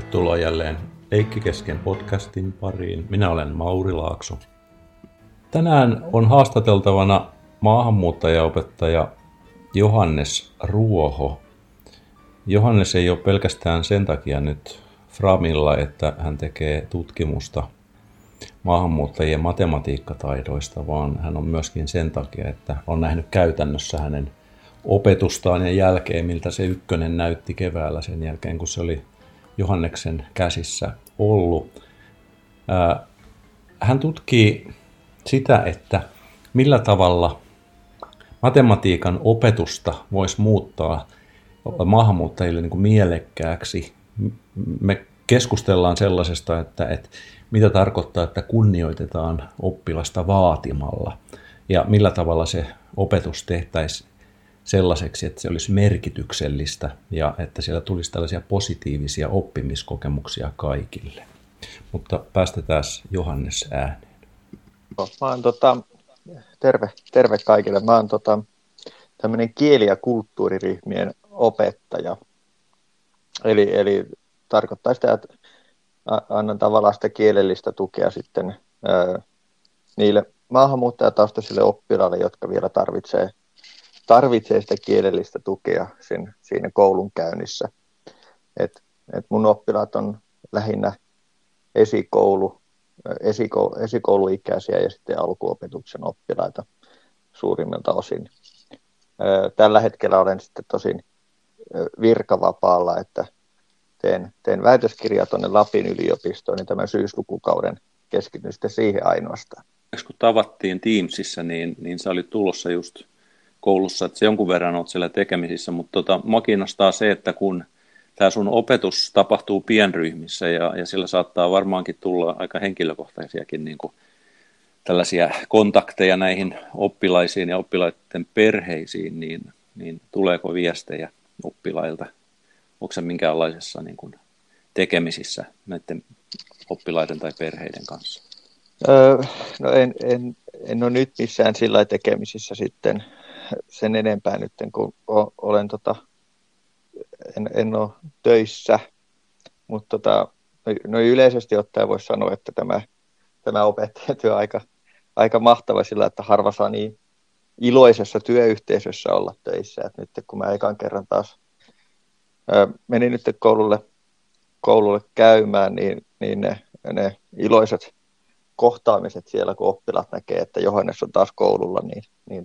Tervetuloa jälleen Leikkikesken podcastin pariin. Minä olen Mauri Laakso. Tänään on haastateltavana maahanmuuttajaopettaja Johannes Ruoho. Johannes ei ole pelkästään sen takia nyt Framilla, että hän tekee tutkimusta maahanmuuttajien matematiikkataidoista, vaan hän on myöskin sen takia, että on nähnyt käytännössä hänen opetustaan ja jälkeen, miltä se ykkönen näytti keväällä sen jälkeen, kun se oli Johanneksen käsissä ollut. Hän tutkii sitä, että millä tavalla matematiikan opetusta voisi muuttaa maahanmuuttajille niin kuin mielekkääksi. Me keskustellaan sellaisesta, että mitä tarkoittaa, että kunnioitetaan oppilasta vaatimalla ja millä tavalla se opetus tehtäisiin sellaiseksi, että se olisi merkityksellistä ja että siellä tulisi tällaisia positiivisia oppimiskokemuksia kaikille. Mutta päästetään Johannes ääneen. Mä oon terve kaikille. Mä oon tämmöinen kieli- ja kulttuuriryhmien opettaja. Eli tarkoittaa sitä, että annan tavallaan sitä kielellistä tukea sitten niille maahanmuuttajataustaisille oppilaille, jotka vielä tarvitsee sitä kielellistä tukea siinä koulun käynnissä. Et mun oppilaat on lähinnä esikouluikäisiä ja sitten alkuopetuksen oppilaita suurimmilta osin. Tällä hetkellä olen sitten tosin virkavapaalla, että teen väitöskirjaa tuonne Lapin yliopistoon, niin tämän syyslukukauden keskityn sitten siihen ainoastaan. Kun tavattiin Teamsissa, niin sä olit tulossa just koulussa, että se jonkun verran olet siellä tekemisissä, mutta mua kiinnostaa se, että kun tämä sun opetus tapahtuu pienryhmissä ja sillä saattaa varmaankin tulla aika henkilökohtaisiakin niin kuin tällaisia kontakteja näihin oppilaisiin ja oppilaiden perheisiin, niin tuleeko viestejä oppilailta? Onko se minkäänlaisessa niin kuin tekemisissä näiden oppilaiden tai perheiden kanssa? No en ole nyt missään sillä tekemisissä sitten sen enempää nyt, kun olen en ole töissä, mutta no yleisesti ottaen voisi sanoa, että tämä opettajatyö on aika mahtava sillä, että harva saa niin iloisessa työyhteisössä olla töissä. Et nyt kun mä ekan kerran taas menin nyt koululle käymään, niin ne iloiset kohtaamiset siellä, kun oppilaat näkee, että Johannes on taas koululla, niin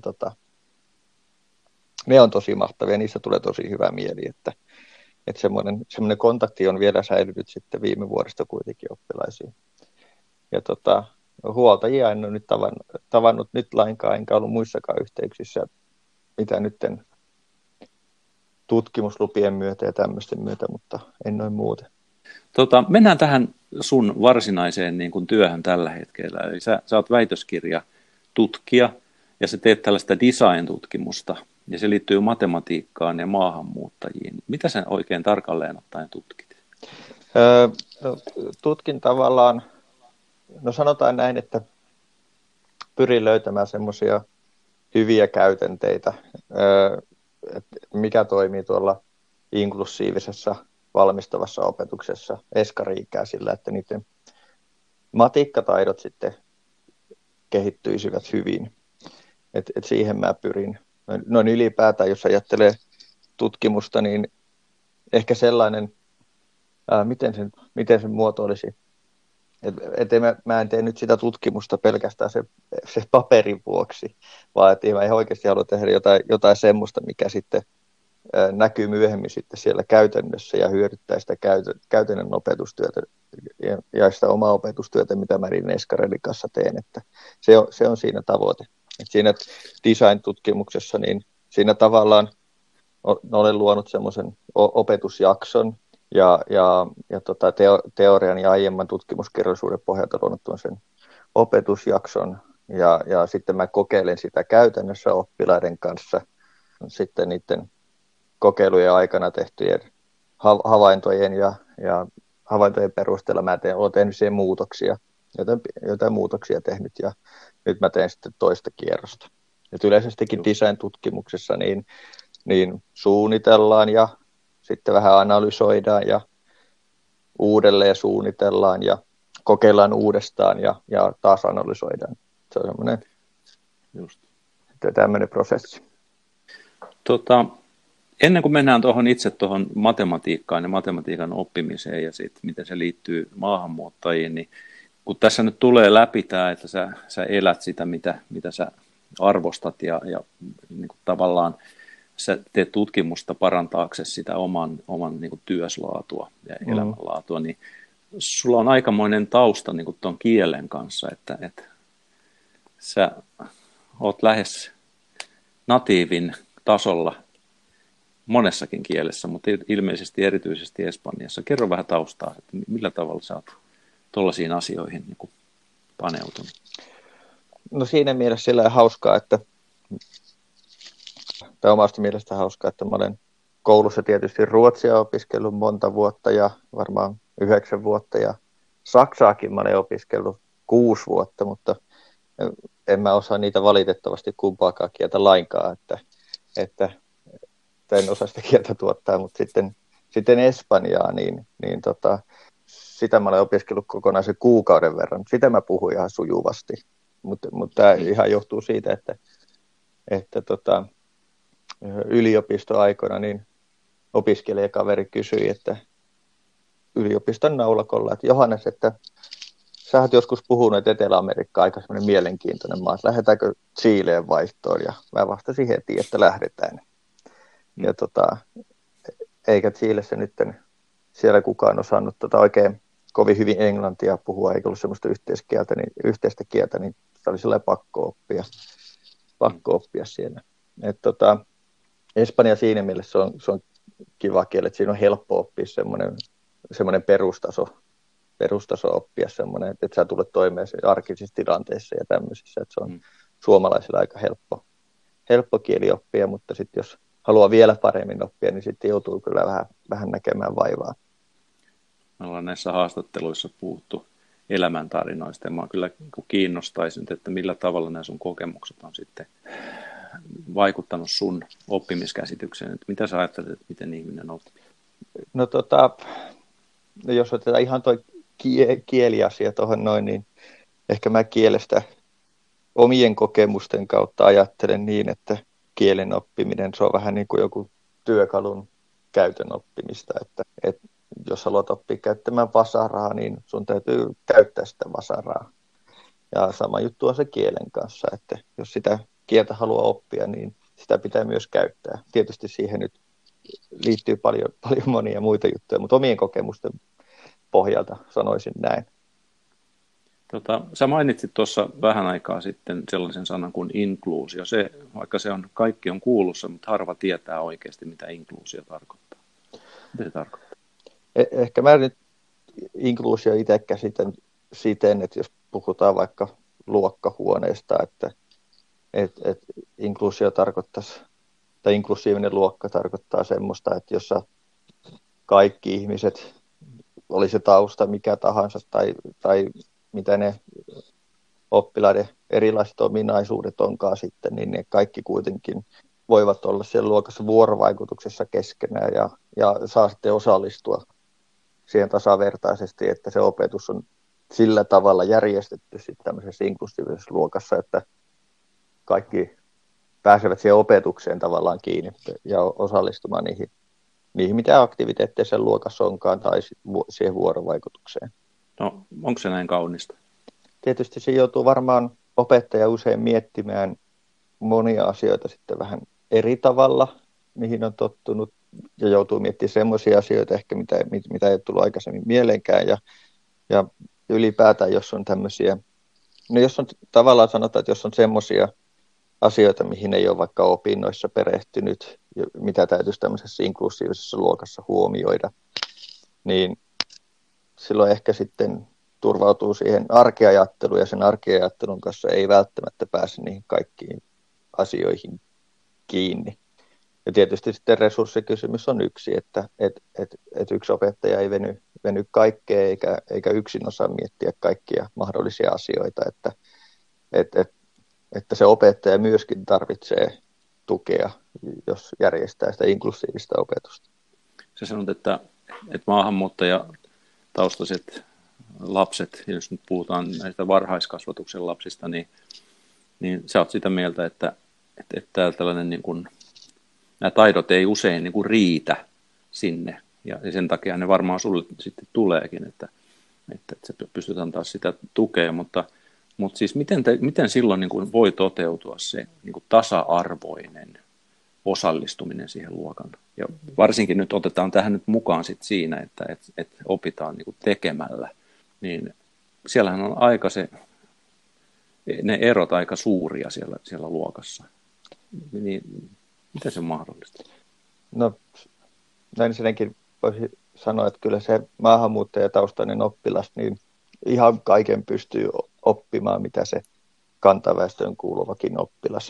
ne on tosi mahtavia, niissä tulee tosi hyvä mieli, että semmoinen kontakti on vielä säilynyt sitten viime vuodesta kuitenkin oppilaisiin. Ja huoltajia en ole nyt tavannut nyt lainkaan, enkä ollut muissakaan yhteyksissä, mitä nyt tutkimuslupien myötä ja tämmöisten myötä, mutta en noin muuten. Mennään tähän sun varsinaiseen niin kuin työhön tällä hetkellä. Eli sä oot väitöskirjatutkija ja sä teet tällaista design-tutkimusta ja se liittyy matematiikkaan ja maahanmuuttajiin. Mitä sä oikein tarkalleen ottaen tutkit? Tutkin tavallaan, no sanotaan näin, että pyrin löytämään semmoisia hyviä käytänteitä, mikä toimii tuolla inklusiivisessa valmistavassa opetuksessa eskari-ikäisillä, että niiden matikkataidot sitten kehittyisivät hyvin. Et siihen mä pyrin. Noin ylipäätään, jos ajattelee tutkimusta, niin ehkä sellainen, miten sen muotoilisi. Mä en tee nyt sitä tutkimusta pelkästään se paperin vuoksi, vaan että mä ihan oikeasti haluan tehdä jotain semmoista, mikä sitten näkyy myöhemmin sitten siellä käytännössä ja hyödyttää sitä käytännön opetustyötä ja sitä omaa opetustyötä, mitä mä eskareiden kanssa teen. Että se on siinä tavoite. Et siinä design-tutkimuksessa, niin siinä tavallaan olen luonut semmoisen opetusjakson ja teorian ja aiemman tutkimuskirjallisuuden pohjalta luonut sen opetusjakson ja sitten mä kokeilen sitä käytännössä oppilaiden kanssa sitten niiden kokeilujen aikana tehtyjen havaintojen ja havaintojen perusteella mä olen tehnyt siihen muutoksia, jotain muutoksia tehnyt ja nyt mä teen sitten toista kierrosta. Et yleisestikin design-tutkimuksessa niin suunnitellaan ja sitten vähän analysoidaan uudelleen suunnitellaan ja kokeillaan uudestaan ja taas analysoidaan. Se on semmoinen tämmöinen prosessi. Ennen kuin mennään itse tuohon matematiikkaan ja matematiikan oppimiseen ja sitten miten se liittyy maahanmuuttajiin, niin kun tässä nyt tulee läpi tämä, että sä elät sitä, mitä sä arvostat ja niin kuin tavallaan sä teet tutkimusta parantaaksesi sitä oman niin kuin työslaatua ja elämänlaatua, niin sulla on aikamoinen tausta niin kuin tuon kielen kanssa, että sä oot lähes natiivin tasolla monessakin kielessä, mutta ilmeisesti erityisesti Espanjassa. Kerro vähän taustaa, että millä tavalla sä oot tuollaisiin asioihin niin kuin paneutunut? No siinä mielessä sillä hauskaa, tai omasta mielestä hauskaa, että mä olen koulussa tietysti ruotsia opiskellut monta vuotta ja varmaan 9 vuotta ja saksaakin mä olen opiskellut 6 vuotta, mutta en mä osaa niitä valitettavasti kumpaakaan kieltä lainkaan, että en osaa sitä kieltä tuottaa, mutta sitten Espanjaa, niin sitä mä olen opiskellut kokonaisen kuukauden verran. Sitä mä puhun ihan sujuvasti, mutta tämä ihan johtuu siitä, että yliopistoaikoina niin opiskelijakaveri kysyi, että yliopiston naulakolla, että Johannes, että sä oot joskus puhunut, että Etelä-Amerikka on aika semmoinen mielenkiintoinen maa, että lähdetäänkö Chileen vaihtoon, ja mä vastasin heti, että lähdetään. Ja eikä Chilessä nyt siellä kukaan osannut oikein kovin hyvin englantia puhua, eikä ollut semmoista yhteistä kieltä, niin se oli sellainen pakko oppia siellä. Espanja siinä mielessä se on kiva kieli, että siinä on helppo oppia semmoinen perustaso oppia semmoinen, että sä tulet toimeen arkisissa tilanteissa ja tämmöisissä, että se on suomalaisilla aika helppo kieli oppia, mutta sitten jos haluaa vielä paremmin oppia, niin sitten joutuu kyllä vähän näkemään vaivaa. Me ollaan näissä haastatteluissa puhuttu elämäntarinoista ja mä kyllä kiinnostaisin, että millä tavalla nämä sun kokemukset on sitten vaikuttanut sun oppimiskäsitykseen, että mitä sä ajattelet, että miten ihminen oppii? No jos otetaan ihan toi kieliasia tuohon noin, niin ehkä mä kielestä omien kokemusten kautta ajattelen niin, että kielen oppiminen, se on vähän niin kuin joku työkalun käytön oppimista, että jos haluat oppia käyttämään vasaraa, niin sun täytyy käyttää sitä vasaraa. Ja sama juttu on se kielen kanssa, että jos sitä kieltä haluaa oppia, niin sitä pitää myös käyttää. Tietysti siihen nyt liittyy paljon monia muita juttuja, mutta omien kokemusten pohjalta sanoisin näin. Sä mainitsit tuossa vähän aikaa sitten sellaisen sanan kuin inkluusio. Vaikka kaikki on kuulussa, mutta harva tietää oikeasti, mitä inkluusio tarkoittaa. Mitä se tarkoittaa? Ehkä mä nyt inkluusio itse käsitän siten, että jos puhutaan vaikka luokkahuoneesta, että inkluusio tarkoittaisi, tai inklusiivinen luokka tarkoittaa semmoista, että jossa kaikki ihmiset, oli se tausta mikä tahansa tai mitä ne oppilaiden erilaiset ominaisuudet onkaan sitten, niin ne kaikki kuitenkin voivat olla siellä luokassa vuorovaikutuksessa keskenään ja saa sitten osallistua siihen tasavertaisesti, että se opetus on sillä tavalla järjestetty sitten tämmöisessä inklusiivisessa luokassa, että kaikki pääsevät siihen opetukseen tavallaan kiinni ja osallistumaan niihin mitä aktiviteetteja sen luokassa onkaan tai siihen vuorovaikutukseen. No, onko se näin kaunista? Tietysti se joutuu varmaan opettaja usein miettimään monia asioita sitten vähän eri tavalla, mihin on tottunut, ja joutuu miettimään semmoisia asioita ehkä, mitä ei ole tullut aikaisemmin mieleenkään, ja ylipäätään, jos on tämmöisiä, no jos on tavallaan sanotaan, että jos on semmoisia asioita, mihin ei ole vaikka opinnoissa perehtynyt, mitä täytyisi tämmöisessä inklusiivisessa luokassa huomioida, niin silloin ehkä sitten turvautuu siihen arkeajatteluun, ja sen arkeajattelun kanssa ei välttämättä pääse niihin kaikkiin asioihin kiinni. Ja tietysti sitten resurssikysymys on yksi, että yksi opettaja ei veny kaikkeen eikä yksin osaa miettiä kaikkia mahdollisia asioita, että se opettaja myöskin tarvitsee tukea, jos järjestää sitä inklusiivista opetusta. Sä sanot, että maahanmuuttajataustaisilla taustaiset lapset, jos nyt puhutaan näistä varhaiskasvatuksen lapsista, niin sä oot sitä mieltä, että tällainen niin kuin, nämä taidot ei usein niin kuin riitä sinne, ja sen takia ne varmaan sulle sitten tuleekin, että sä pystyt antaa sitä tukea, mutta siis miten silloin niin kuin voi toteutua se niin kuin tasa-arvoinen osallistuminen siihen luokan? Ja varsinkin nyt otetaan tähän nyt mukaan sit siinä, että opitaan niin kuin tekemällä, niin siellähän on ne erot aika suuria siellä luokassa. Niin, miten se on mahdollista? No, näin senkin voisi sanoa, että kyllä se maahanmuuttajataustainen oppilas, niin ihan kaiken pystyy oppimaan, mitä se kantaväestöön kuuluvakin oppilas.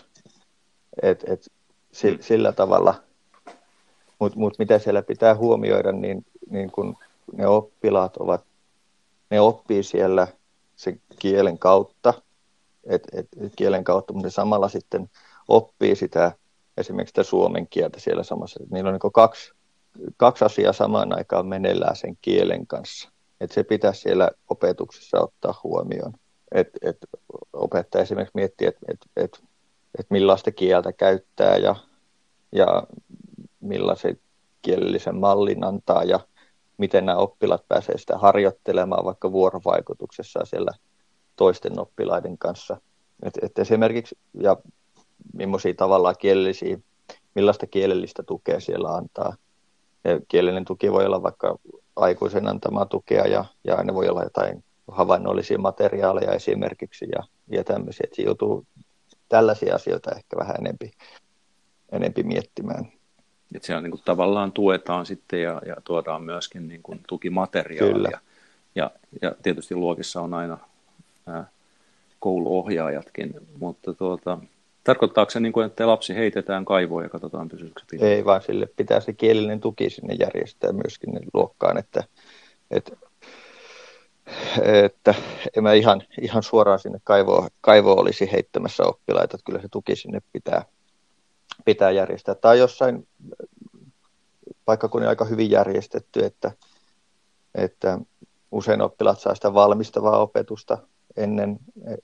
Sillä tavalla, mutta mitä siellä pitää huomioida, niin kun ne oppilaat ne oppii siellä sen kielen kautta, kielen kautta, mutta ne samalla sitten oppii sitä, esimerkiksi sitä suomen kieltä siellä samassa. Niillä on niin kaksi asiaa samaan aikaan meneillään sen kielen kanssa. Se pitää siellä opetuksessa ottaa huomioon. Opettaja esimerkiksi miettii, että millaista kieltä käyttää ja millaisen kielellisen mallin antaa ja miten nämä oppilaat pääsee sitä harjoittelemaan vaikka vuorovaikutuksessa siellä toisten oppilaiden kanssa. Esimerkiksi, ja millaisia tavallaan millaista kielellistä tukea siellä antaa. Ja kielellinen tuki voi olla vaikka aikuisen antamaa tukea ja ne voi olla jotain havainnollisia materiaaleja esimerkiksi ja tämmöisiä. Että joutuu tällaisia asioita ehkä vähän enempi miettimään. Että siellä niin kuin tavallaan tuetaan sitten ja tuodaan myöskin niin kuin tukimateriaalia. Ja tietysti luokissa on aina kouluohjaajatkin, mutta tarkoittaako se, niin kuin, että lapsi heitetään kaivoon ja katsotaan pysyykö se pilalla? Ei, vaan sille pitää se kielellinen tuki sinne järjestää myöskin luokkaan, että en mä ihan suoraan sinne kaivoon olisi heittämässä oppilaita, että kyllä se tuki sinne pitää järjestää. Tai jossain paikkakunnin aika hyvin järjestetty, että usein oppilaat saa sitä valmistavaa opetusta ennen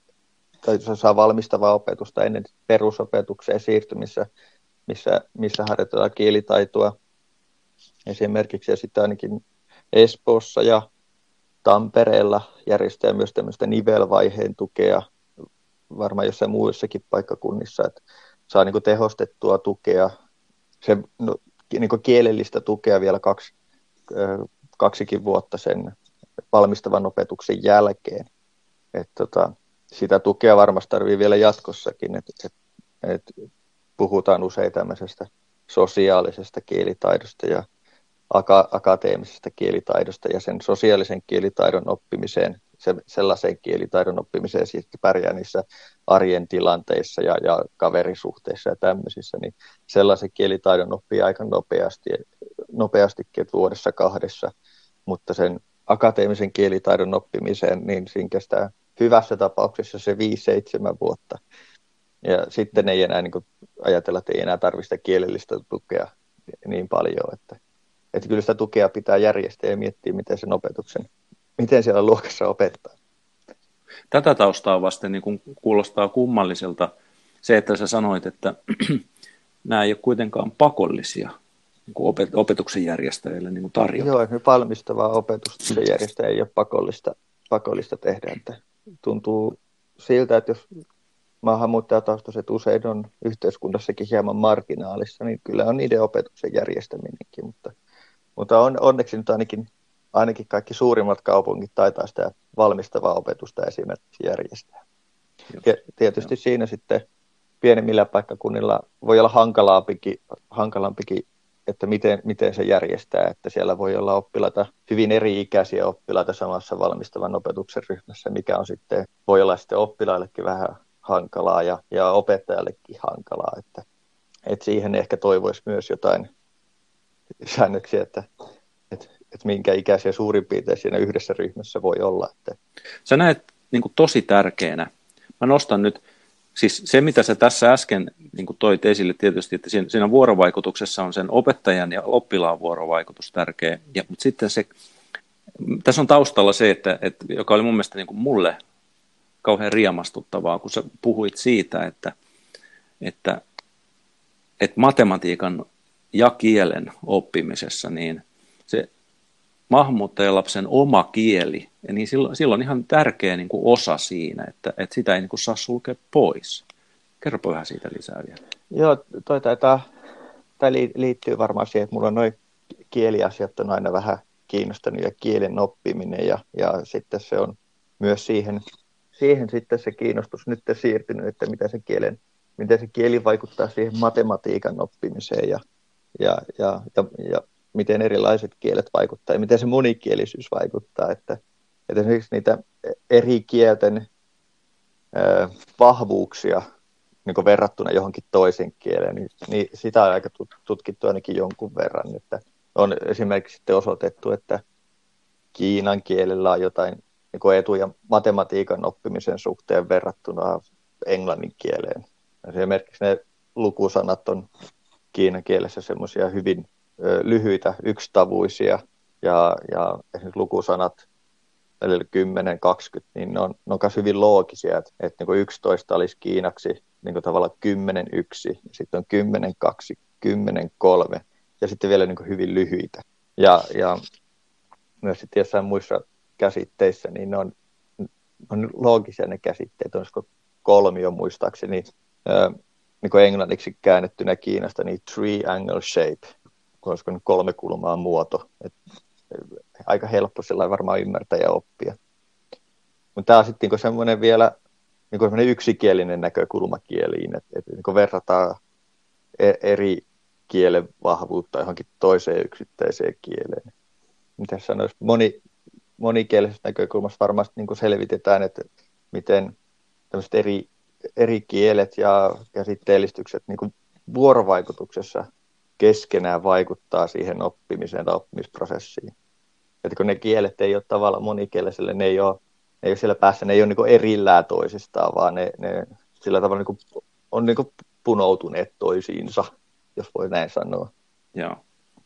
perusopetukseen siirtymissä, missä harjoitetaan kielitaitoa esimerkiksi. Ja sitten ainakin Espoossa ja Tampereella järjestää myös tämmöistä nivelvaiheen tukea, varmaan jossain muissakin paikkakunnissa, että saa niin kuin tehostettua tukea, niin kuin kielellistä tukea vielä kaksikin vuotta sen valmistavan opetuksen jälkeen. Sitä tukea varmasti tarvii vielä jatkossakin, että puhutaan usein tämmöisestä sosiaalisesta kielitaidosta ja akateemisesta kielitaidosta ja sen sosiaalisen kielitaidon oppimiseen, sellaisen kielitaidon oppimiseen sitten pärjää niissä arjen tilanteissa ja kaverisuhteissa ja tämmöisissä, niin sellaisen kielitaidon oppii aika nopeastikin, että vuodessa 2, mutta sen akateemisen kielitaidon oppimiseen, niin siinä kestää hyvässä tapauksessa se 5-7 vuotta. Ja sitten ei enää niin kuin ajatella, että ei enää tarvitse kielellistä tukea niin paljon, että kyllä sitä tukea pitää järjestää ja miettiä, miten siellä luokassa opettaa. Tätä taustaa vasten niin kun kuulostaa kummalliselta se, että sä sanoit, että nämä ei ole kuitenkaan pakollisia niin kuin opetuksen järjestäjille niin kuin tarjota. Joo, valmistavaa opetusta järjestäjä ei ole pakollista tehdä. Että tuntuu siltä, että jos maahanmuuttajataustaiset usein on yhteiskunnassakin hieman marginaalissa, niin kyllä on niiden opetuksen järjestäminenkin, mutta onneksi nyt ainakin kaikki suurimmat kaupungit taitaa sitä valmistavaa opetusta esimerkiksi järjestää. Ja tietysti siinä sitten pienemmillä paikkakunnilla voi olla hankalampikin, että miten se järjestää, että siellä voi olla oppilaita, hyvin eri-ikäisiä oppilaita samassa valmistavan opetuksen ryhmässä, mikä on sitten, voi olla sitten oppilaillekin vähän hankalaa ja opettajallekin hankalaa, että siihen ehkä toivoisi myös jotain säännöksiä, että minkä ikäisiä suurin piirtein siinä yhdessä ryhmässä voi olla. Sä näet niin kuin tosi tärkeänä. Mä nostan nyt, siis se mitä sä tässä äsken niin kuin toit esille tietysti, että siinä vuorovaikutuksessa on sen opettajan ja oppilaan vuorovaikutus tärkeä, mutta sitten tässä on taustalla se, joka oli mun mielestä niin kuin mulle kauhean riemastuttavaa, kun sä puhuit siitä, että matematiikan ja kielen oppimisessa niin se maahanmuuttajalapsen oma kieli, niin silloin ihan tärkeä niin kuin osa siinä, että sitä ei niin kuin saa sulkea pois. Kerropa vähän siitä lisää vielä. Joo, tämä liittyy varmaan siihen, että mulla on noin kieliasiat on aina vähän kiinnostanut ja kielen oppiminen ja sitten se on myös siihen sitten se kiinnostus nyt siirtynyt, että miten se kieli vaikuttaa siihen matematiikan oppimiseen ja miten erilaiset kielet vaikuttaa ja miten se monikielisyys vaikuttaa, että esimerkiksi niitä eri kielten vahvuuksia niin kuin verrattuna johonkin toisen kieleen, niin sitä on aika tutkittu ainakin jonkun verran, että on esimerkiksi sitten osoitettu, että kiinan kielellä on jotain niin kuin etuja matematiikan oppimisen suhteen verrattuna englannin kieleen. Esimerkiksi ne lukusanat on kiinan kielessä semmoisia hyvin lyhyitä, yksitavuisia ja esimerkiksi lukusanat 10, 20, niin ne on myös hyvin loogisia, että niin kuin 11 olisi kiinaksi niin kuin tavallaan 10, 1, ja sitten on 10, 2, 10, 3, ja sitten vielä niin kuin hyvin lyhyitä. Ja myös sitten jossain muissa käsitteissä, niin ne on loogisia ne käsitteet, olisiko kolmio muistaakseni, niin kuin englanniksi käännettynä Kiinasta, niin triangle shape, olisiko nyt kolmekulmaa muoto. Aika helppo sellainen varmaan ymmärtää ja oppia. Mutta tämä on sitten niin semmoinen vielä niin semmoinen yksikielinen näkökulma kieliin, että niin verrataan eri kielen vahvuutta johonkin toiseen yksittäiseen kieleen. Mitä sanoisi, monikielisessä näkökulmassa varmasti niin selvitetään, että miten tämmöiset eri kielet ja käsitteellistykset niin vuorovaikutuksessa keskenään vaikuttaa siihen oppimiseen tai oppimisprosessiin. Että kun ne kielet ei ole tavallaan monikieliselle, ne ei ole siellä päässä, ne ei ole niin erillään toisistaan, vaan ne sillä tavalla niin on niin punoutuneet toisiinsa, jos voi näin sanoa. Joo.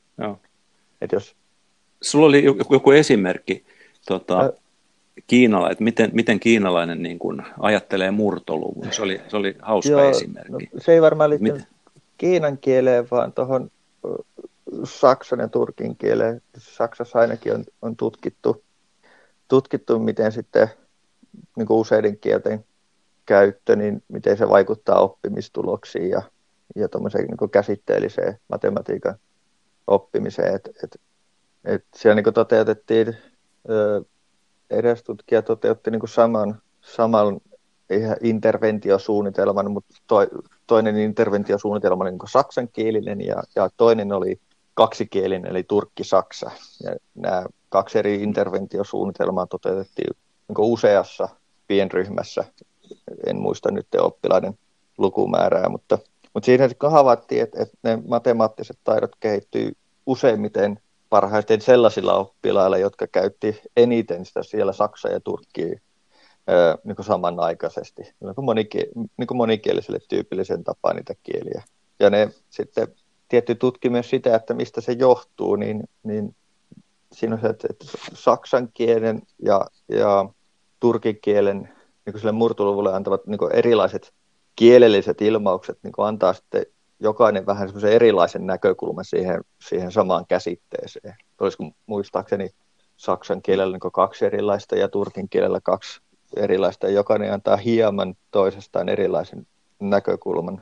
Et jos sulla oli joku esimerkki Kiinalla, että miten kiinalainen niin kuin ajattelee murtoluvun. Se oli hauska esimerkki. No, se ei varmaan liittynyt kiinan kieleen, vaan tuohon saksan ja turkin kieleen. Saksassa ainakin on tutkittu, miten sitten niin kuin useiden kielten käyttö, niin miten se vaikuttaa oppimistuloksiin ja tuommoiseen niin kuin käsitteelliseen matematiikan oppimiseen. Et siellä niin kuin toteutettiin, eräs tutkija toteutti niin kuin saman interventiosuunnitelman, mutta toinen interventiosuunnitelma oli niin kuin saksankielinen ja toinen oli kaksikielinen, eli turkki-saksa. Ja nämä kaksi eri interventiosuunnitelmaa toteutettiin niin kuin useassa pienryhmässä. En muista nyt oppilaiden lukumäärää, mutta siinä havaittiin, että ne matemaattiset taidot kehittyy useimmiten parhaiten sellaisilla oppilailla, jotka käytti eniten sitä siellä saksaa ja turkkia niin kuin samanaikaisesti, niin kuin monikieliselle tyypillisen tapaan niitä kieliä. Ja ne sitten tietty tutki myös sitä, että mistä se johtuu, niin siinä on se, että saksan kielen ja turkin kielen niin sille murtoluvulle antavat niin erilaiset kielelliset ilmaukset niin antaa sitten jokainen vähän semmoisen erilaisen näkökulman siihen samaan käsitteeseen. Olisiko muistaakseni saksan kielellä niin 2 erilaista ja turkin kielellä 2 erilaista. Jokainen antaa hieman toisestaan erilaisen näkökulman.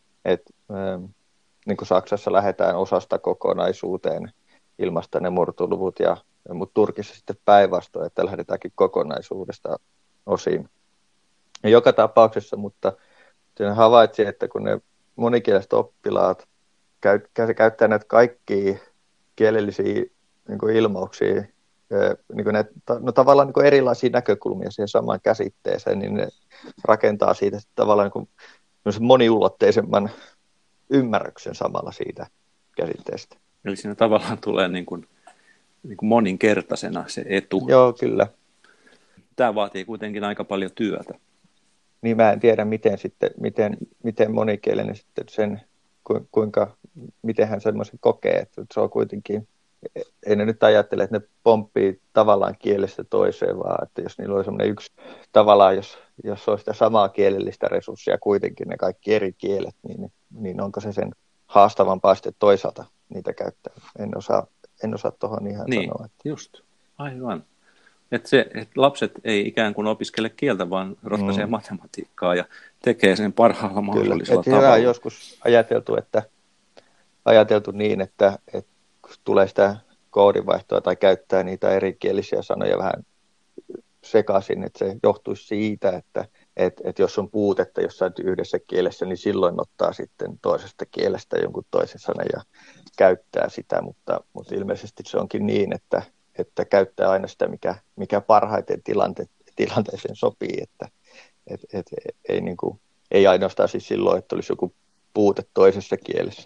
Niin kuin Saksassa lähdetään osasta kokonaisuuteen ilmaista ne murtoluvut, mutta Turkissa sitten päinvastoin, että lähdetäänkin kokonaisuudesta osiin. Ja joka tapauksessa, mutta siinä havaitsi, että kun ne monikieliset oppilaat käyttää näitä kaikkia kielellisiä niin kuin ilmauksia, niin kuin tavallaan niin kuin erilaisia näkökulmia siihen samaan käsitteeseen, niin ne rakentaa siitä tavallaan niin kuin moniulotteisemman ymmärryksen samalla siitä käsitteestä. Eli siinä tavallaan tulee niin kuin moninkertaisena se etu. Joo, kyllä. Tämä vaatii kuitenkin aika paljon työtä. Niin mä en tiedä, miten monikielinen sitten sen, miten hän semmoisen kokee, että se on kuitenkin ei ne nyt ajattele, että ne pomppii tavallaan kielestä toiseen, vaan että jos niillä oli semmoinen yksi, tavallaan jos on sitä samaa kielellistä resurssia kuitenkin ne kaikki eri kielet, niin onko se sen haastavampaa sitten toisaalta niitä käyttää. En osaa tuohon ihan sanoa. Että... just, aivan. Että lapset ei ikään kuin opiskele kieltä, vaan ratkaisee matematiikkaa ja tekee sen parhaalla mahdollisella tavalla. Kyllä, joskus ajateltu niin, että kun tulee sitä koodinvaihtoa tai käyttää niitä erikielisiä sanoja vähän sekaisin, että se johtuisi siitä, että jos on puutetta jossain yhdessä kielessä, niin silloin ottaa sitten toisesta kielestä jonkun toisen sanan ja käyttää sitä, mutta ilmeisesti se onkin niin, että käyttää aina sitä, mikä parhaiten tilanteeseen sopii, että ei, niin kuin, ei ainoastaan siis silloin, että olisi joku puute toisessa kielessä,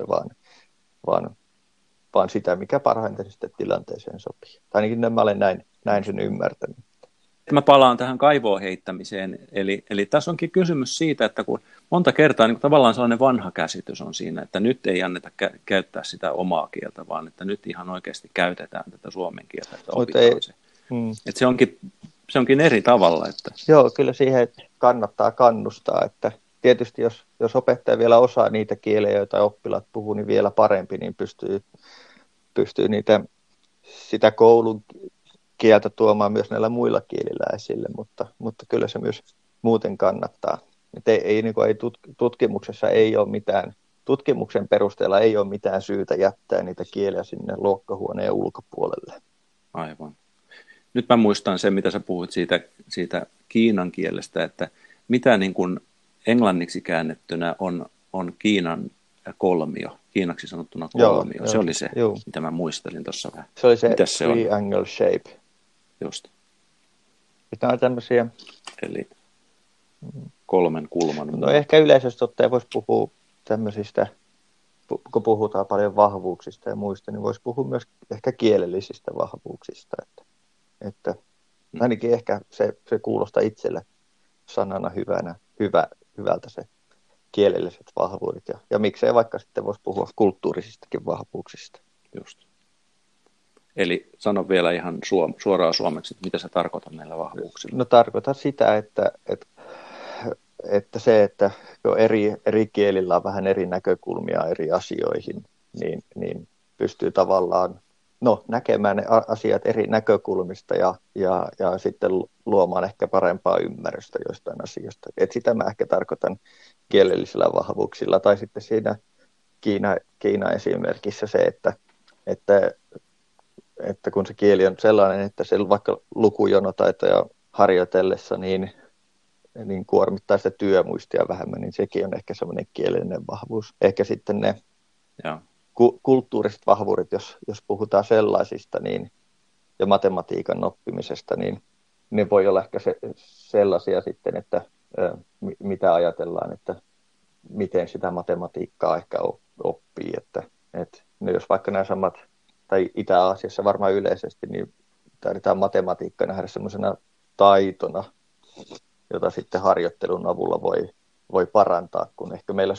vaan sitä, mikä parhaiten sitten tilanteeseen sopii. Tai ainakin mä olen näin sen ymmärtänyt. Mä palaan tähän kaivoon heittämiseen. Eli tässä onkin kysymys siitä, että kun monta kertaa niin tavallaan sellainen vanha käsitys on siinä, että nyt ei anneta käyttää sitä omaa kieltä, vaan että nyt ihan oikeasti käytetään tätä suomen kieltä, että opitaan se. Että se onkin eri tavalla. Että... Joo, kyllä siihen kannattaa kannustaa, että tietysti jos opettaja vielä osaa niitä kieliä, joita oppilaat puhuu, niin vielä parempi, niin pystyy sitä koulun kieltä tuomaan myös näillä muilla kielillä esille, mutta kyllä se myös muuten kannattaa. Tutkimuksessa ei ole mitään, tutkimuksen perusteella ei ole mitään syytä jättää niitä kieliä sinne luokkahuoneen ulkopuolelle. Aivan. Nyt mä muistan sen, mitä sä puhuit siitä kiinan kielestä, että mitä niin kuin englanniksi käännettynä on Kiinan kolmio, kiinaksi sanottuna kolmio. Joo, se oli se, mitä mä muistelin tuossa vähän. Se oli se triangle shape. Just. Nämä on tämmöisiä... Eli 3 kulman. No ehkä yleisesti ottaen voisi puhua tämmöisistä, kun puhutaan paljon vahvuuksista ja muista, niin voisi puhua myös ehkä kielellisistä vahvuuksista. Että ainakin ehkä se kuulostaa itselle sanana hyvältä se kielelliset vahvuudet. Ja miksei vaikka sitten voisi puhua kulttuurisistakin vahvuuksista. Just. Eli sano vielä ihan suoraan suomeksi, että mitä sä tarkoitat näillä vahvuuksilla? No tarkoitan sitä, että se, että eri kielillä on vähän eri näkökulmia eri asioihin, niin pystyy tavallaan näkemään ne asiat eri näkökulmista ja sitten luomaan ehkä parempaa ymmärrystä joistain asioista. Et sitä mä ehkä tarkoitan kielellisillä vahvuuksilla. Tai sitten siinä Kiina esimerkissä se, että kun se kieli on sellainen, että se vaikka lukujonotaitoja harjoitellessa niin kuormittaa sitä työmuistia vähemmän, niin sekin on ehkä semmoinen kielellinen vahvuus. Ehkä sitten ne kulttuuriset vahvuudet, jos puhutaan sellaisista, niin, ja matematiikan oppimisesta, niin ne voi olla ehkä sellaisia sitten, että mitä ajatellaan, että miten sitä matematiikkaa ehkä oppii. Että jos vaikka nämä samat, tai Itä-Aasiassa varmaan yleisesti, niin tarvitaan matematiikka nähdä semmoisena taitona, jota sitten harjoittelun avulla voi parantaa, kun ehkä meillä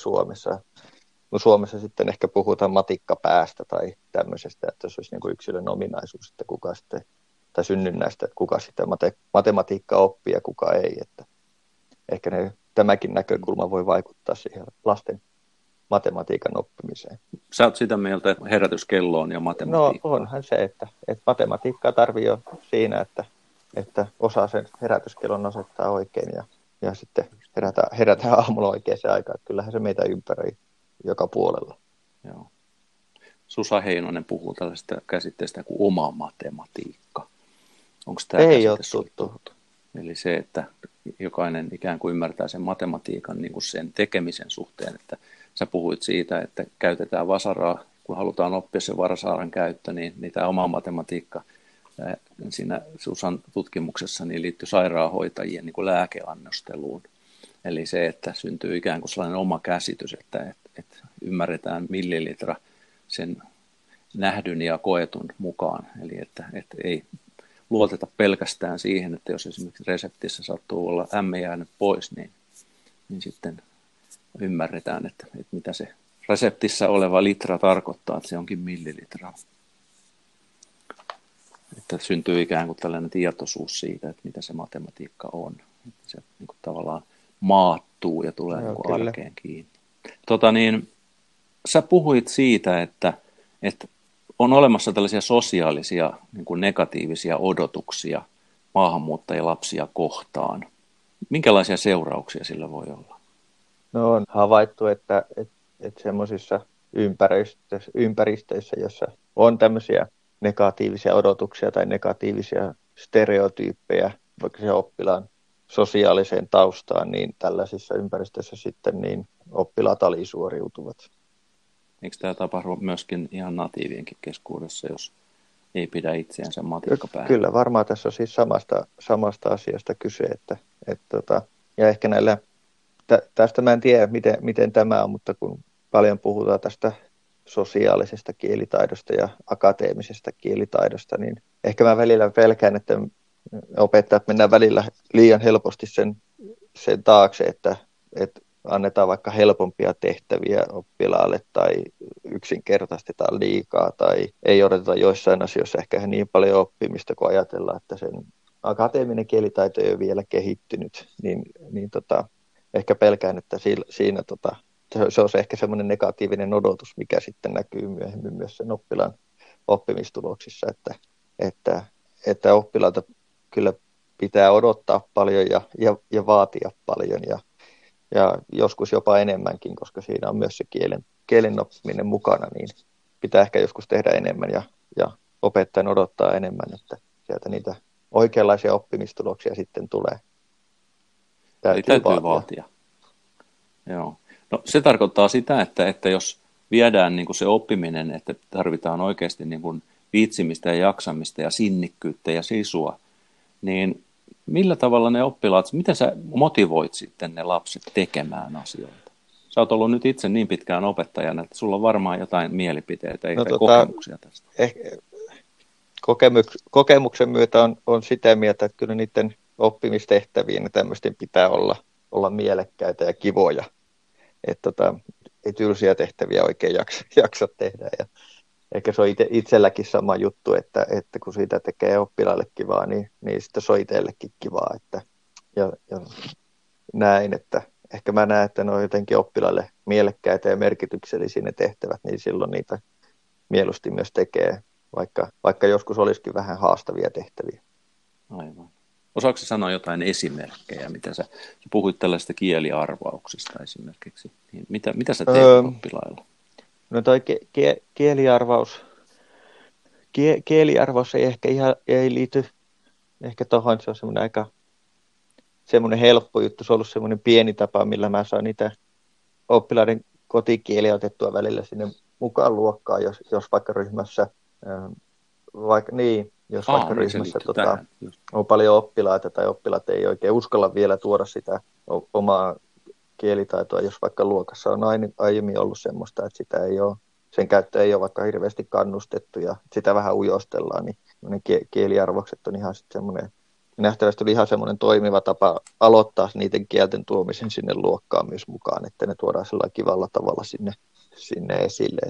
Suomessa sitten ehkä puhutaan matikkapäästä tai tämmöisestä, että se olisi niin kuin yksilön ominaisuus, että kuka sitten, tai synnynnäistä, että kuka sitä matematiikkaa oppii ja kuka ei. Että ehkä tämäkin näkökulma voi vaikuttaa siihen lasten matematiikan oppimiseen. Sä oot sitä mieltä, että herätyskello on ja matematiikka. No onhan se, että matematiikkaa tarvii jo siinä, että osaa sen herätyskellon asettaa oikein ja sitten herätään aamulla oikeaan aikaan. Kyllähän se meitä ympäröi joka puolella. Joo. Susa Heinonen puhuu tällaista käsitteestä kuin oma matematiikka. Onko tämä ei ole tuttu? Eli se, että jokainen ikään kuin ymmärtää sen matematiikan niin kuin sen tekemisen suhteen, että sä puhuit siitä, että käytetään vasaraa, kun halutaan oppia se vasaran käyttö, niin tämä oma matematiikka siinä Susan tutkimuksessa niin liittyy sairaanhoitajien niin kuin lääkeannosteluun. Eli se, että syntyy ikään kuin sellainen oma käsitys, että ymmärretään millilitra sen nähdyn ja koetun mukaan. Eli että ei luoteta pelkästään siihen, että jos esimerkiksi reseptissä sattuu olla jäänyt pois, niin sitten ymmärretään, että mitä se reseptissä oleva litra tarkoittaa, että se onkin millilitraa. että syntyy ikään kuin tällainen tietoisuus siitä, että mitä se matematiikka on. Että se niin kuin tavallaan maattuu ja tulee niin kuin arkeen kiinni. Sä puhuit siitä, että on olemassa tällaisia sosiaalisia niin kuin negatiivisia odotuksia maahanmuuttajalapsia kohtaan. Minkälaisia seurauksia sillä voi olla? No on havaittu, että semmoisissa ympäristöissä, jossa on tämmöisiä negatiivisia odotuksia tai negatiivisia stereotyyppejä, vaikka se oppilaan sosiaaliseen taustaan, niin tällaisissa ympäristöissä sitten niin oppilaat alisuoriutuvat. Eikö tämä tapahdu myöskin ihan natiivienkin keskuudessa, jos ei pidä itseänsä matikkapäin? Kyllä, varmaan tässä on siis samasta asiasta kyse. Ja ehkä tästä mä en tiedä, miten tämä on, mutta kun paljon puhutaan tästä sosiaalisesta kielitaidosta ja akateemisesta kielitaidosta, niin ehkä mä välillä pelkään, että opettajat mennään välillä liian helposti sen taakse, että annetaan vaikka helpompia tehtäviä oppilaalle tai yksinkertaistetaan liikaa tai ei odoteta joissain asioissa ehkä niin paljon oppimista, kun ajatellaan, että sen akateeminen kielitaito ei ole vielä kehittynyt, niin ehkä pelkään, että siinä se on ehkä semmoinen negatiivinen odotus, mikä sitten näkyy myöhemmin myös sen oppilaan oppimistuloksissa, että oppilaalta kyllä pitää odottaa paljon ja vaatia paljon ja joskus jopa enemmänkin, koska siinä on myös se kielen oppiminen mukana, niin pitää ehkä joskus tehdä enemmän ja opettajan odottaa enemmän, että sieltä niitä oikeanlaisia oppimistuloksia sitten tulee. Täytyy vaatia. Joo. No, se tarkoittaa sitä, että jos viedään niin kuin se oppiminen, että tarvitaan oikeasti niin kuin viitsimistä ja jaksamista ja sinnikkyyttä ja sisua, niin millä tavalla ne oppilaat, miten sä motivoit sitten ne lapset tekemään asioita? Sä oot ollut nyt itse niin pitkään opettajana, että sulla on varmaan jotain mielipiteitä tai kokemuksia tästä. Kokemuksen myötä on sitä mieltä, että kyllä niiden oppimistehtäviin ja tämmöisten pitää olla mielekkäitä ja kivoja. Ei tylsiä tehtäviä oikein jaksa tehdä. Ja ehkä se on itselläkin sama juttu, että kun siitä tekee oppilaalle kivaa, niin sitten se on itsellekin kivaa. Ja näin, että ehkä mä näen, että ne on jotenkin oppilaille mielekkäitä ja merkityksellisiä ne tehtävät, niin silloin niitä mieluusti myös tekee, vaikka joskus olisikin vähän haastavia tehtäviä. Aivan. Osaatko sanoa jotain esimerkkejä, mitä sä puhuit tällaista kieliarvauksista esimerkiksi, niin mitä sä teet oppilailla? No toi kieliarvaus ei liity ehkä tuohon, se on semmoinen aika semmoinen helppo juttu, se on ollut semmoinen pieni tapa, millä mä saan niitä oppilaiden kotikieliä otettua välillä sinne mukaan luokkaan, jos vaikka ryhmässä, ryhmässä on paljon oppilaita tai oppilaat ei oikein uskalla vielä tuoda sitä omaa kielitaitoa, jos vaikka luokassa on aiemmin ollut semmoista, että sen käyttö ei ole vaikka hirveästi kannustettu ja sitä vähän ujostellaan, niin kieliarvokset on ihan semmoinen, nähtävästi oli ihan semmoinen toimiva tapa aloittaa niiden kielten tuomisen sinne luokkaan myös mukaan, että ne tuodaan sellainen kivalla tavalla sinne esille,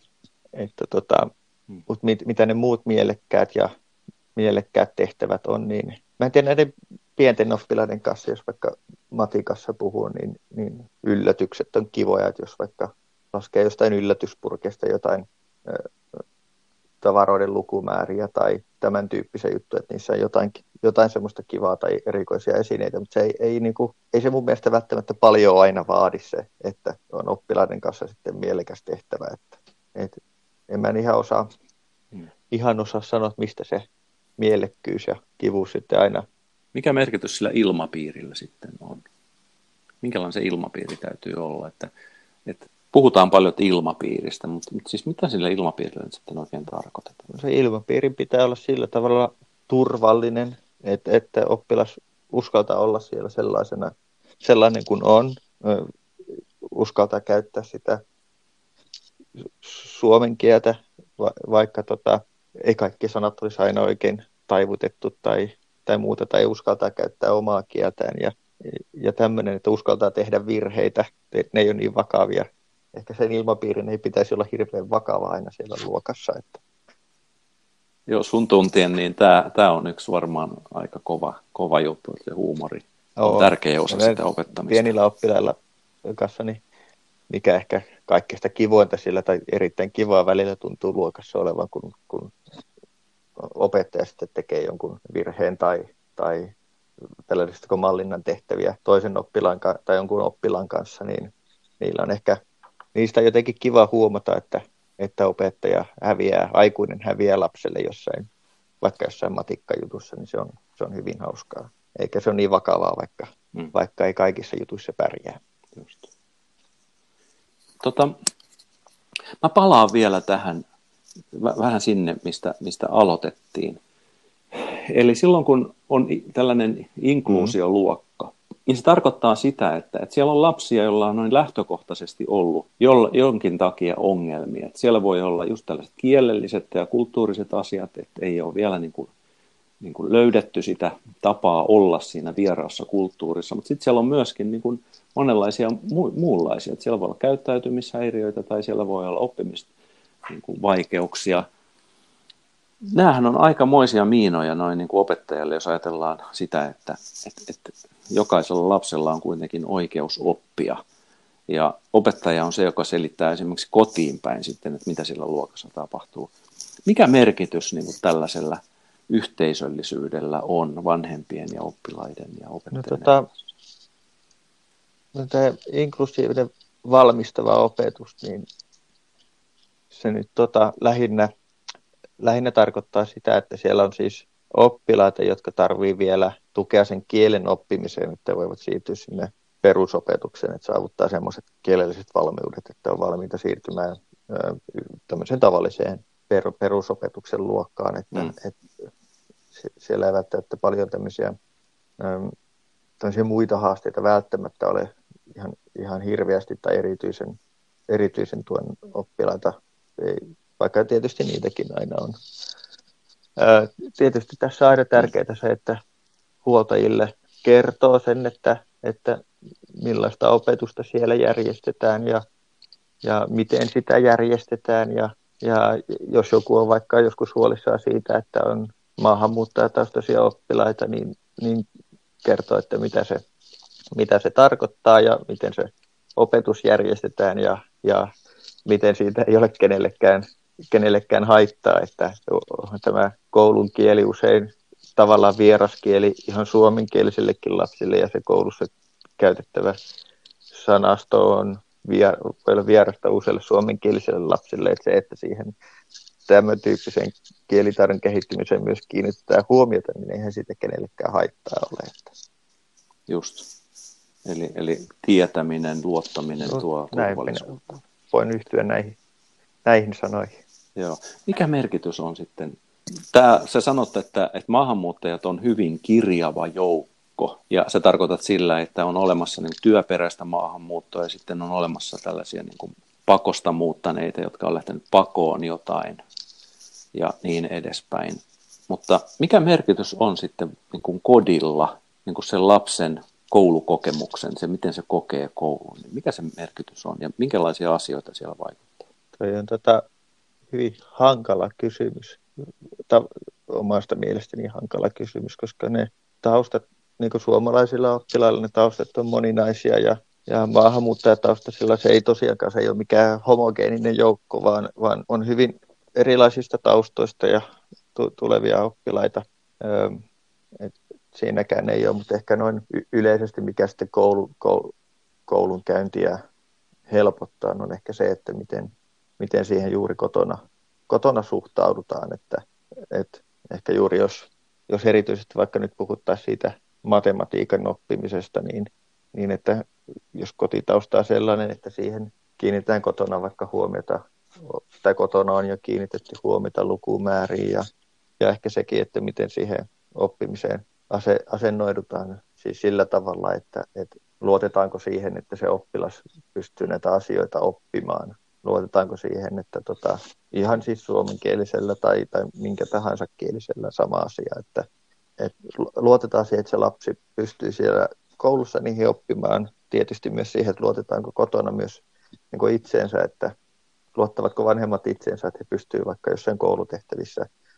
mutta mitä ne muut mielekkäät tehtävät on, niin mä en tiedä näiden pienten oppilaiden kanssa, jos vaikka matikassa puhuu, niin yllätykset on kivoja, että jos vaikka laskee jostain yllätyspurkesta jotain tavaroiden lukumääriä tai tämän tyyppisiä juttuja, että niissä on jotain semmoista kivaa tai erikoisia esineitä, mutta se ei se mun mielestä välttämättä paljon aina vaadi se, että on oppilaiden kanssa sitten mielekäs tehtävä, että en mä ihan osaa sanoa, että mistä se mielekkyys ja kivuus sitten aina. Mikä merkitys sillä ilmapiirillä sitten on? Minkälainen se ilmapiiri täytyy olla? Että puhutaan paljon ilmapiiristä, mutta siis mitä sillä ilmapiirillä nyt sitten oikein tarkoitetaan? Se ilmapiirin pitää olla sillä tavalla turvallinen, että oppilas uskaltaa olla siellä sellainen kuin on, uskaltaa käyttää sitä suomen kieltä, vaikka ei kaikki sanat olisi aina oikein taivutettu tai muuta, tai uskaltaa käyttää omaa kieltään ja tämmöinen, että uskaltaa tehdä virheitä, että ne ei ole niin vakavia. Ehkä sen ilmapiirin ei pitäisi olla hirveän vakava aina siellä luokassa. Joo, sun tuntien, niin tämä on yksi varmaan aika kova juttu, että se huumori on tärkeä osa sitä opettamista. Pienillä oppilailla kanssa, niin mikä ehkä kaikkein kivointa sillä tai erittäin kivaa välillä tuntuu luokassa olevan, kun opettaja sitten tekee jonkun virheen tai tällaisista mallinnan tehtäviä toisen oppilaan tai jonkun oppilaan kanssa, niin niistä on jotenkin kiva huomata, että opettaja aikuinen häviää lapselle vaikka jossain matikkajutussa, niin se on hyvin hauskaa. Eikä se ole niin vakavaa, vaikka ei kaikissa jutuissa pärjää. Just. Mä palaan vielä tähän vähän sinne, mistä aloitettiin. Eli silloin, kun on tällainen inkluusioluokka, niin se tarkoittaa sitä, että siellä on lapsia, joilla on noin lähtökohtaisesti ollut jonkin takia ongelmia. Että siellä voi olla just tällaiset kielelliset ja kulttuuriset asiat, että ei ole vielä niin kuin löydetty sitä tapaa olla siinä vieraassa kulttuurissa, mutta sitten siellä on myöskin niin kuin monenlaisia muunlaisia. Että siellä voi olla käyttäytymishäiriöitä tai siellä voi olla oppimisvaikeuksia. Nämähän on aikamoisia miinoja noin niin kuin opettajalle, jos ajatellaan sitä, että jokaisella lapsella on kuitenkin oikeus oppia. Ja opettaja on se, joka selittää esimerkiksi kotiin päin sitten, että mitä sillä luokassa tapahtuu. Mikä merkitys niin kuin tällaisella yhteisöllisyydellä on vanhempien ja oppilaiden ja opettajien? Tämä inklusiivinen valmistava opetus, niin se nyt lähinnä tarkoittaa sitä, että siellä on siis oppilaita, jotka tarvitsevat vielä tukea sen kielen oppimiseen, että voivat siirtyä sinne perusopetukseen, että saavuttaa semmoiset kielelliset valmiudet, että on valmiita siirtymään tämmöiseen tavalliseen perusopetuksen luokkaan, että siellä ei välttämättä paljon tämmöisiä muita haasteita välttämättä ole ihan hirveästi tai erityisen tuen oppilaita, vaikka tietysti niitäkin aina on. Tietysti tässä on aina tärkeää se, että huoltajille kertoo sen, että millaista opetusta siellä järjestetään ja miten sitä järjestetään. Ja jos joku on vaikka joskus huolissaan siitä, että on maahanmuuttajataustaisia oppilaita, niin kertoo, että mitä se tarkoittaa ja miten se opetus järjestetään ja miten siitä ei ole kenellekään haittaa, että tämä koulun kieli usein tavallaan vieraskieli ihan suomenkielisellekin lapsille ja se koulussa käytettävä sanasto voi olla vierasta useille suomenkieliselle lapsille, että siihen tämän tyyppisen kielitaidon kehittymiseen myös kiinnitetään huomiota, niin eihän siitä kenellekään haittaa ole. Just. Eli tietäminen, luottaminen tuo turvallisuutta. Voin yhtyä näihin sanoihin. Joo. Mikä merkitys on sitten? Sä sanot, että maahanmuuttajat on hyvin kirjava joukko, ja sä tarkoitat sillä, että on olemassa niin työperäistä maahanmuuttoa, ja sitten on olemassa tällaisia niin kuin pakosta muuttaneita, jotka on lähtenyt pakoon jotain, ja niin edespäin. Mutta mikä merkitys on sitten niin kuin kodilla, niin kuin sen lapsen koulukokemuksen, se miten se kokee koulun, niin mikä se merkitys on, ja minkälaisia asioita siellä vaikuttaa? Toi on hyvin hankala kysymys, omasta mielestäni hankala kysymys, koska ne taustat, niin kuin suomalaisilla oppilailla, ne taustat on moninaisia ja maahanmuuttajataustaisilla se ei tosiaankaan se ei ole mikään homogeeninen joukko, vaan on hyvin erilaisista taustoista ja tulevia oppilaita. Siinäkään ei ole, mutta ehkä noin yleisesti mikä sitten koulun käyntiä helpottaa on ehkä se, että miten siihen juuri kotona suhtaudutaan, että ehkä juuri jos erityisesti vaikka nyt puhuttaisiin siitä matematiikan oppimisesta, niin että jos kotitausta on sellainen, että siihen kiinnitetään kotona vaikka huomiota, tai kotona on jo kiinnitetty huomiota lukumääriin ja ehkä sekin, että miten siihen oppimiseen asennoidutaan siis sillä tavalla, että luotetaanko siihen, että se oppilas pystyy näitä asioita oppimaan. Luotetaanko siihen, että ihan siis suomenkielisellä tai minkä tahansa kielisellä sama asia, että luotetaan siihen, että se lapsi pystyy siellä koulussa niihin oppimaan. Tietysti myös siihen, että luotetaanko kotona myös niin kuin itseensä, että luottavatko vanhemmat itseensä, että he pystyvät vaikka jossain koulutehtävissä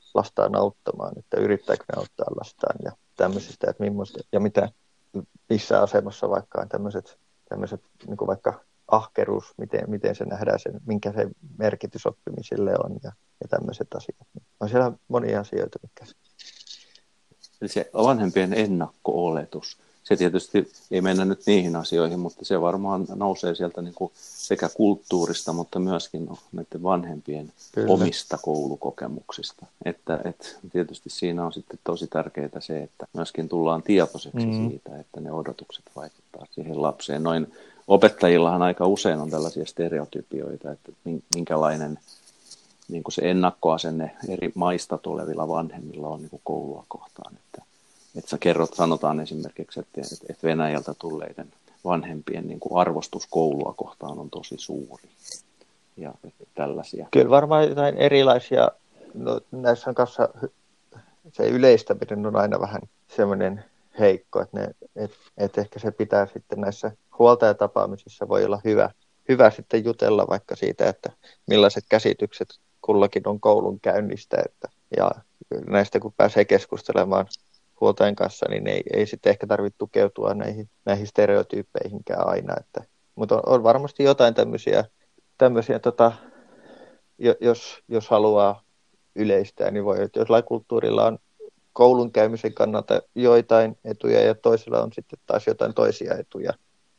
lastaan auttamaan, että yrittääkö ne auttaa lastaan ja tämmöisistä, että millaista ja mitä, missä asemassa vaikka on tämmöiset niin kuin vaikka ahkeruus, miten se nähdään, minkä se merkitys oppimiselle on ja tämmöiset asiat. On siellä monia asioita, mitkä... Eli se vanhempien ennakko-oletus, se tietysti ei mennä nyt niihin asioihin, mutta se varmaan nousee sieltä niin kuin sekä kulttuurista, mutta myöskin näiden vanhempien Kyllä. omista koulukokemuksista. Että tietysti siinä on sitten tosi tärkeää se, että myöskin tullaan tietoiseksi siitä, että ne odotukset vaikuttaa siihen lapseen. Noin opettajillahan aika usein on tällaisia stereotypioita, että minkälainen niin kuin se ennakkoasenne eri maista tulevilla vanhemmilla on niin kuin koulua kohtaan. Että sanotaan esimerkiksi, että Venäjältä tulleiden vanhempien niin kuin arvostus koulua kohtaan on tosi suuri ja tällaisia. Kyllä varmaan jotain erilaisia, no, näissä on kanssa se yleistäminen on aina vähän semmoinen heikko, että ehkä se pitää sitten näissä huoltajatapaamisissa voi olla hyvä sitten jutella vaikka siitä, että millaiset käsitykset kullakin on koulun käynnistä, ja näistä kun pääsee keskustelemaan huoltajan kanssa, niin ei sitten ehkä tarvitse tukeutua näihin stereotyyppeihinkään aina, mutta on varmasti jotain tämmöisiä jos haluaa yleistää, niin voi, että jollain kulttuurilla on koulun käymisen kannalta joitain etuja ja toisilla on sitten taas jotain toisia etuja.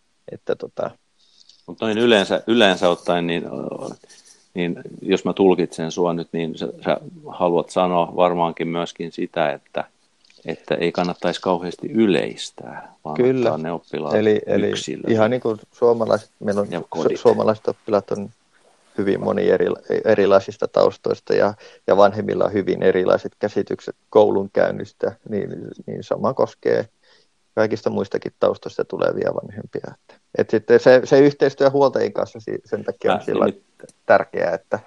Mutta noin yleensä ottaen, niin jos mä tulkitsen sua nyt, niin sä haluat sanoa varmaankin myöskin sitä, että ei kannattaisi kauheasti yleistää, vaan kyllä. Ottaa ne oppilaat yksilöön. Ihan niin kuin suomalaiset oppilaat on hyvin moni erilaisista taustoista ja vanhemmilla on hyvin erilaiset käsitykset koulunkäynnistä, niin sama koskee kaikista muistakin taustoista tulevia vanhempia. Että sitten se yhteistyö huoltajien kanssa sen takia on sillä tärkeää, että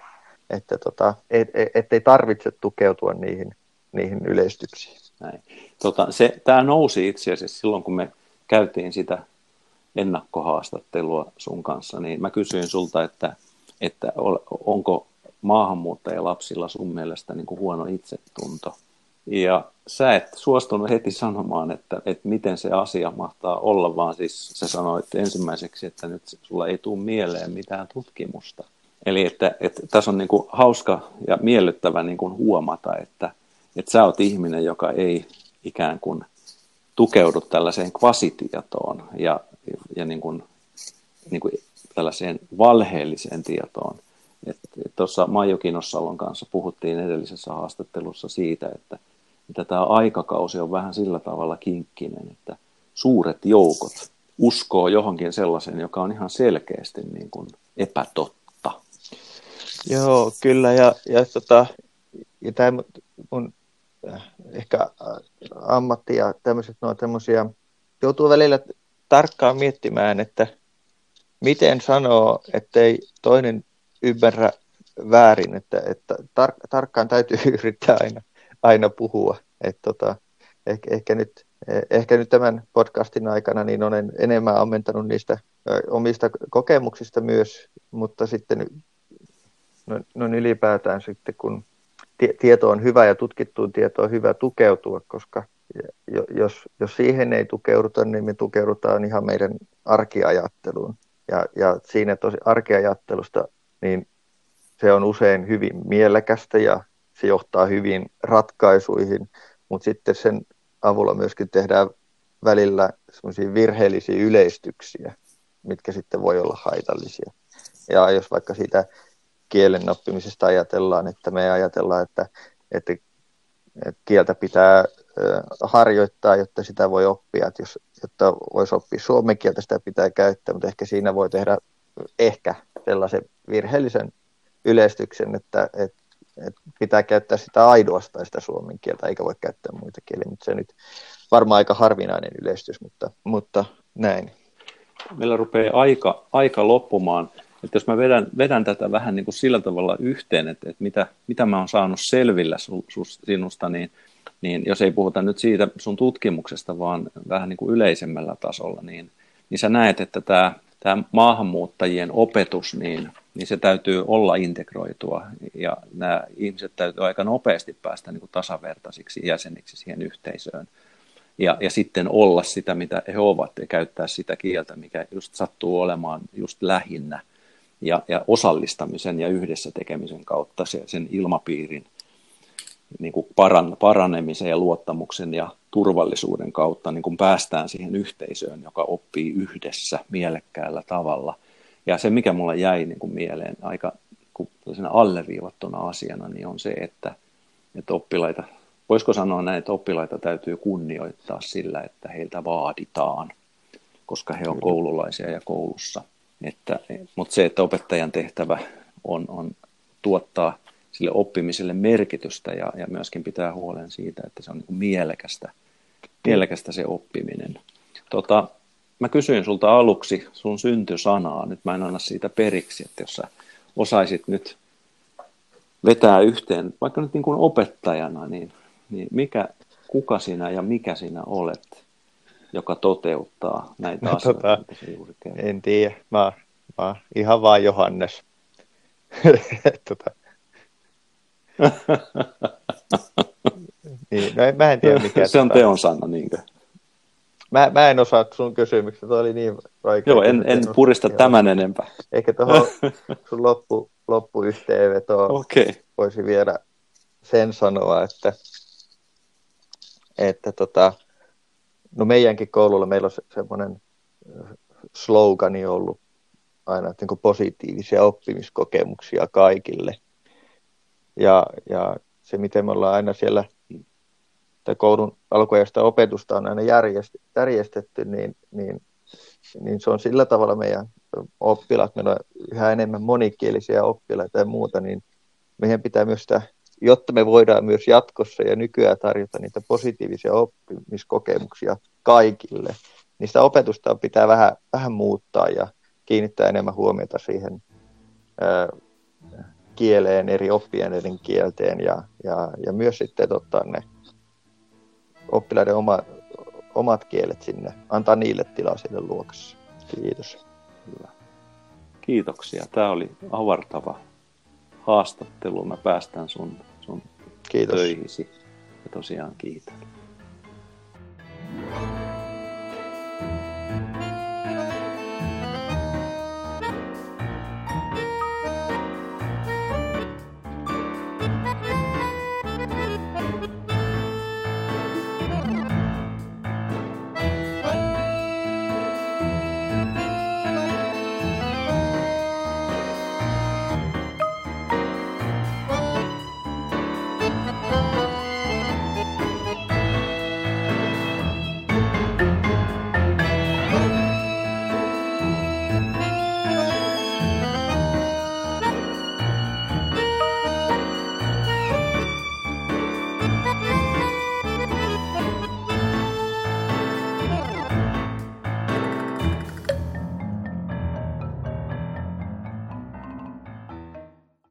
ei tarvitse tukeutua niihin yleistyksiin. Tämä nousi itse asiassa silloin, kun me käytiin sitä ennakkohaastattelua sun kanssa, niin mä kysyin sulta, että onko maahanmuuttajalapsilla sun mielestä niin kuin huono itsetunto. Ja sä et suostunut heti sanomaan, että miten se asia mahtaa olla, vaan siis sä sanoit ensimmäiseksi, että nyt sulla ei tule mieleen mitään tutkimusta. Eli että tässä on niin kuin hauska ja miellyttävä niin kuin huomata, että sä oot ihminen, joka ei ikään kuin tukeudu tällaiseen kvasitietoon ja niin kuin tällaiseen valheelliseen tietoon. Tuossa Maiju Kinossalon kanssa puhuttiin edellisessä haastattelussa siitä, että tämä aikakausi on vähän sillä tavalla kinkkinen, että suuret joukot uskoo johonkin sellaisen, joka on ihan selkeästi niin kuin epätotta. Joo, kyllä. Ja tämä mun ehkä ammatti ja tämmöiset tämmöisiä, joutuu välillä tarkkaan miettimään, että miten sanoo, ettei toinen ymmärrä väärin, että tarkkaan täytyy yrittää aina puhua. Ehkä nyt tämän podcastin aikana niin olen enemmän ammentanut niistä omista kokemuksista myös, mutta sitten no ylipäätään sitten kun tieto on hyvä ja tutkittuun tietoon on hyvä tukeutua, koska jos siihen ei tukeuduta, niin me tukeudutaan ihan meidän arkiajatteluun. Ja siinä arkiajattelusta niin se on usein hyvin mielekästä ja se johtaa hyvin ratkaisuihin, mutta sitten sen avulla myöskin tehdään välillä semmoisia virheellisiä yleistyksiä, mitkä sitten voi olla haitallisia. Ja jos vaikka siitä kielen oppimisesta ajatellaan, että me ajatellaan, että kieltä pitää harjoittaa, jotta sitä voi oppia, että jotta voisi oppia suomen kieltä, sitä pitää käyttää, mutta ehkä siinä voi tehdä sellaisen virheellisen yleistyksen, että pitää käyttää sitä aidoastaan sitä suomen kieltä, eikä voi käyttää muita kieliä, mutta se nyt varmaan aika harvinainen yleistys, mutta näin. Meillä rupeaa aika loppumaan, että jos mä vedän tätä vähän niin kuin sillä tavalla yhteen, että mitä mä oon saanut selvillä sinusta, niin jos ei puhuta nyt siitä sun tutkimuksesta, vaan vähän niin kuin yleisemmällä tasolla, niin sä näet, että tämä maahanmuuttajien opetus, niin niin se täytyy olla integroitua, ja nämä ihmiset täytyy aika nopeasti päästä niin kuin tasavertaisiksi jäseniksi siihen yhteisöön, ja sitten olla sitä, mitä he ovat, ja käyttää sitä kieltä, mikä just sattuu olemaan just lähinnä, ja osallistamisen ja yhdessä tekemisen kautta sen ilmapiirin niin kuin paranemisen ja luottamuksen ja turvallisuuden kautta niin kuin päästään siihen yhteisöön, joka oppii yhdessä mielekkäällä tavalla. Ja se, mikä mulla jäi niin kuin mieleen aika alleviivattuna asiana, niin on se, että oppilaita, voisiko sanoa näin, että oppilaita täytyy kunnioittaa sillä, että heiltä vaaditaan, koska he on koululaisia ja koulussa. Mutta se, että opettajan tehtävä on tuottaa sille oppimiselle merkitystä ja myöskin pitää huolen siitä, että se on niin kuin mielekästä se oppiminen. Mä kysyin sulta aluksi sun syntysanaa, nyt mä en anna siitä periksi, että jos sä osaisit nyt vetää yhteen, vaikka nyt niin kuin opettajana, niin kuka sinä ja mikä sinä olet, joka toteuttaa näitä asioita, mitä sä juuri kerroit? En tiedä, mä oon ihan vaan Johannes. Niin, no mä en tiedä mikä. Se on teon sana, niinkö? Mä en osaa sun kysymyksestä, tuo oli niin vaikea. Joo, en purista tämän enempää. Ehkä tuohon sun loppuyhteenvetoon voisi vielä sen sanoa, että no meidänkin koululla meillä on semmoinen slogani ollut aina, että niin positiivisia oppimiskokemuksia kaikille. Ja se, miten me ollaan aina siellä koulun alkuajasta opetusta on aina järjestetty, niin se on sillä tavalla meidän oppilaat, meillä on yhä enemmän monikielisiä oppilaita ja muuta, niin meidän pitää myös sitä, jotta me voidaan myös jatkossa ja nykyään tarjota niitä positiivisia oppimiskokemuksia kaikille, niin sitä opetusta pitää vähän muuttaa ja kiinnittää enemmän huomiota siihen kieleen, eri oppiaineiden kielteen ja myös sitten ottaa ne oppilaiden omat kielet sinne, antaa niille tilaa siellä luokassa. Kiitos. Hyvä. Kiitoksia. Tämä oli avartava haastattelu. Mä päästän sun Kiitos. töihisi ja tosiaan kiitän.